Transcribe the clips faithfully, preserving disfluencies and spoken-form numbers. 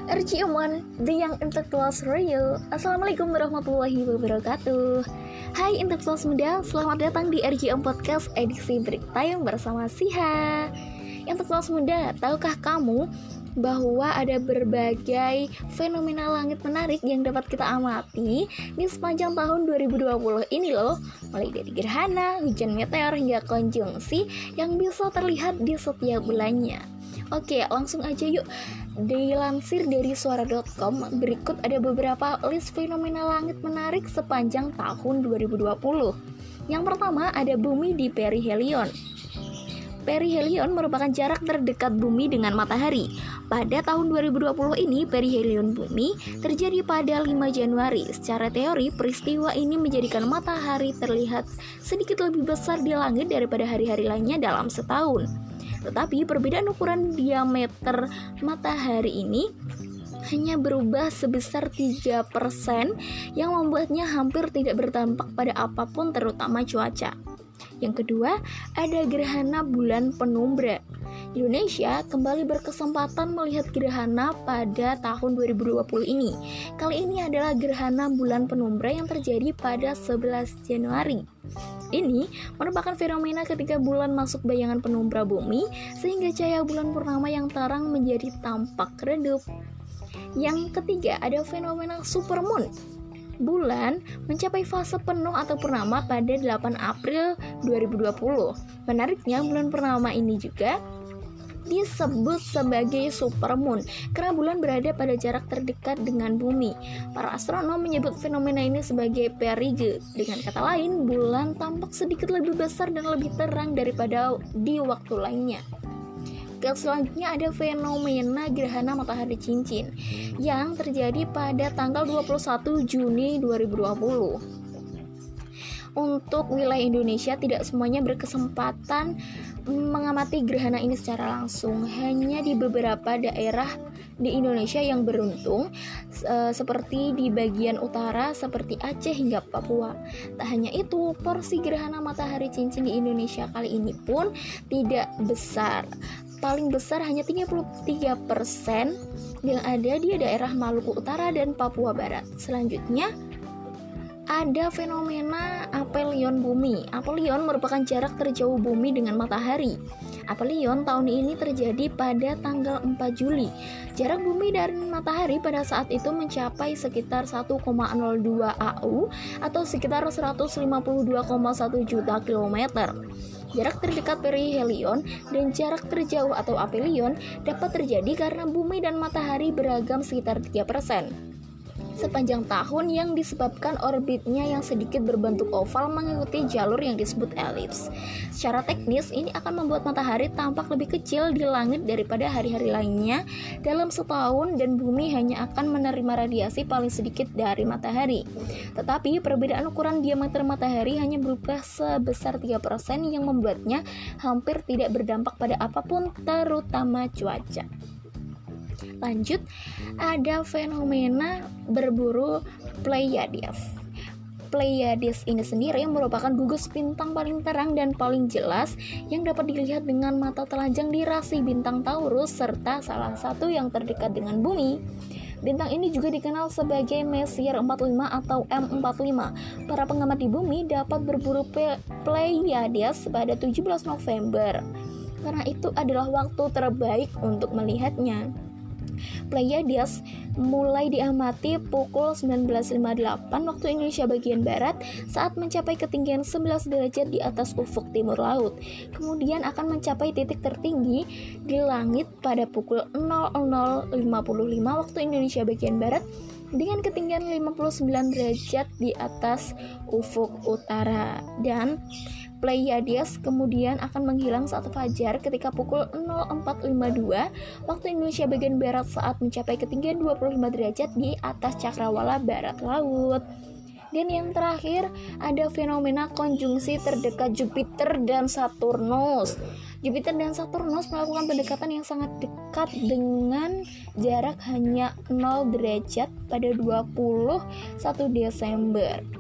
R G M one, The Young Intellectuals Radio. Assalamualaikum warahmatullahi wabarakatuh. Hai intelektual muda, selamat datang di R G M Podcast edisi Break Time bersama Siha. Intelektual muda, tahukah kamu bahwa ada berbagai fenomena langit menarik yang dapat kita amati di sepanjang tahun dua ribu dua puluh ini loh. Mulai dari gerhana, hujan meteor hingga konjungsi yang bisa terlihat di setiap bulannya. Oke, langsung aja yuk. Dilansir dari suara dot com, berikut ada beberapa list fenomena langit menarik sepanjang tahun dua ribu dua puluh. Yang pertama ada bumi di perihelion. Perihelion merupakan jarak terdekat bumi dengan matahari. Pada tahun dua ribu dua puluh ini, perihelion bumi terjadi pada lima Januari. Secara teori, peristiwa ini menjadikan matahari terlihat sedikit lebih besar di langit daripada hari-hari lainnya dalam setahun. Tetapi perbedaan ukuran diameter matahari ini hanya berubah sebesar tiga persen yang membuatnya hampir tidak berdampak pada apapun terutama cuaca. Yang kedua, ada gerhana bulan penumbra. Indonesia kembali berkesempatan melihat gerhana pada tahun dua ribu dua puluh ini. Kali ini adalah gerhana bulan penumbra yang terjadi pada sebelas Januari. Ini merupakan fenomena ketika bulan masuk bayangan penumbra bumi sehingga cahaya bulan purnama yang terang menjadi tampak redup. Yang ketiga, ada fenomena supermoon. Bulan mencapai fase penuh atau purnama pada delapan April dua ribu dua puluh. Menariknya, bulan purnama ini juga disebut sebagai supermoon karena bulan berada pada jarak terdekat dengan bumi. Para astronom menyebut fenomena ini sebagai perigee. Dengan kata lain, bulan tampak sedikit lebih besar dan lebih terang daripada di waktu lainnya. Selanjutnya ada fenomena gerhana matahari cincin yang terjadi pada tanggal dua puluh satu Juni dua ribu dua puluh. Untuk wilayah Indonesia tidak semuanya berkesempatan mengamati gerhana ini secara langsung. Hanya di beberapa daerah di Indonesia yang beruntung e, seperti di bagian utara seperti Aceh hingga Papua. Tak hanya itu, porsi gerhana matahari cincin di Indonesia kali ini pun tidak besar. Paling besar hanya tiga puluh tiga persen yang ada di daerah Maluku Utara dan Papua Barat. Selanjutnya ada fenomena aphelion bumi. Aphelion merupakan jarak terjauh bumi dengan matahari. Aphelion tahun ini terjadi pada tanggal empat Juli. Jarak bumi dari matahari pada saat itu mencapai sekitar satu koma nol dua A U atau sekitar seratus lima puluh dua koma satu juta kilometer. Jarak terdekat perihelion dan jarak terjauh atau aphelion dapat terjadi karena bumi dan matahari beragam sekitar tiga persen. Sepanjang tahun yang disebabkan orbitnya yang sedikit berbentuk oval mengikuti jalur yang disebut elips. Secara teknis, ini akan membuat matahari tampak lebih kecil di langit daripada hari-hari lainnya dalam setahun dan bumi hanya akan menerima radiasi paling sedikit dari matahari. Tetapi perbedaan ukuran diameter matahari hanya berubah sebesar tiga persen yang membuatnya hampir tidak berdampak pada apapun terutama cuaca. Lanjut, ada fenomena berburu Pleiades. Pleiades ini sendiri merupakan gugus bintang paling terang dan paling jelas yang dapat dilihat dengan mata telanjang di rasi bintang Taurus serta salah satu yang terdekat dengan bumi. Bintang ini juga dikenal sebagai Messier empat puluh lima atau M empat puluh lima. Para pengamat di bumi dapat berburu Pleiades pada tujuh belas November. Karena itu adalah waktu terbaik untuk melihatnya. Pleiades mulai diamati pukul sembilan belas lima puluh delapan waktu Indonesia bagian Barat saat mencapai ketinggian sebelas derajat di atas ufuk timur laut. Kemudian akan mencapai titik tertinggi di langit pada pukul nol nol lima puluh lima waktu Indonesia bagian Barat dengan ketinggian lima puluh sembilan derajat di atas ufuk utara. Dan Pleiades kemudian akan menghilang saat fajar ketika pukul nol empat lima dua waktu Indonesia bagian Barat saat mencapai ketinggian dua puluh lima derajat di atas cakrawala barat laut. Dan yang terakhir ada fenomena konjungsi terdekat Jupiter dan Saturnus. Jupiter dan Saturnus melakukan pendekatan yang sangat dekat dengan jarak hanya nol derajat pada dua puluh satu Desember.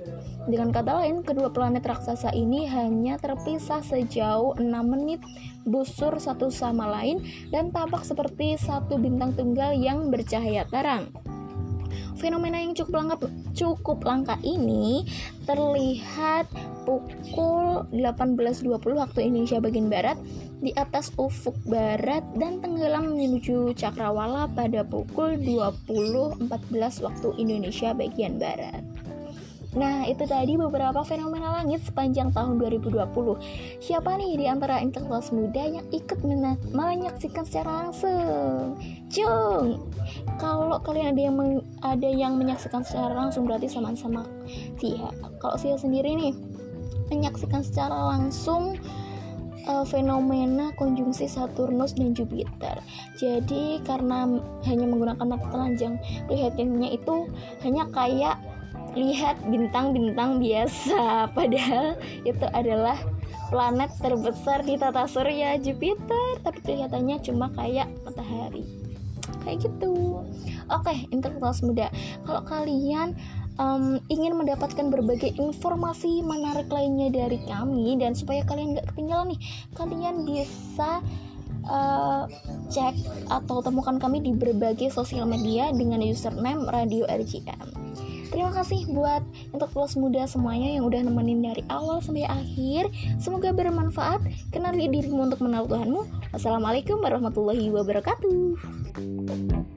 Dengan kata lain, kedua planet raksasa ini hanya terpisah sejauh enam menit busur satu sama lain dan tampak seperti satu bintang tunggal yang bercahaya terang. Fenomena yang cukup langka, cukup langka ini terlihat pukul delapan belas dua puluh waktu Indonesia bagian barat di atas ufuk barat dan tenggelam menuju cakrawala pada pukul dua puluh empat belas waktu Indonesia bagian barat. Nah, itu tadi beberapa fenomena langit sepanjang tahun dua ribu dua puluh. Siapa nih di antara intelektual muda yang ikut mena- menyaksikan secara langsung? Cung! Kalau kalian ada yang men- ada yang menyaksikan secara langsung berarti sama-sama Sia. Kalau Sia sendiri nih menyaksikan secara langsung uh, fenomena konjungsi Saturnus dan Jupiter. Jadi karena hanya menggunakan mata telanjang, kelihatannya itu hanya kayak lihat bintang-bintang biasa, padahal itu adalah planet terbesar di tata surya, Jupiter, tapi kelihatannya cuma kayak matahari kayak gitu. Oke, intelektual muda, kalau kalian um, ingin mendapatkan berbagai informasi menarik lainnya dari kami dan supaya kalian gak ketinggalan nih, kalian bisa uh, cek atau temukan kami di berbagai sosial media dengan username Radio R J M. Terima kasih buat intelektual muda semuanya yang udah nemenin dari awal sampai akhir. Semoga bermanfaat. Kenali dirimu untuk mengenal Tuhanmu. Wassalamualaikum warahmatullahi wabarakatuh.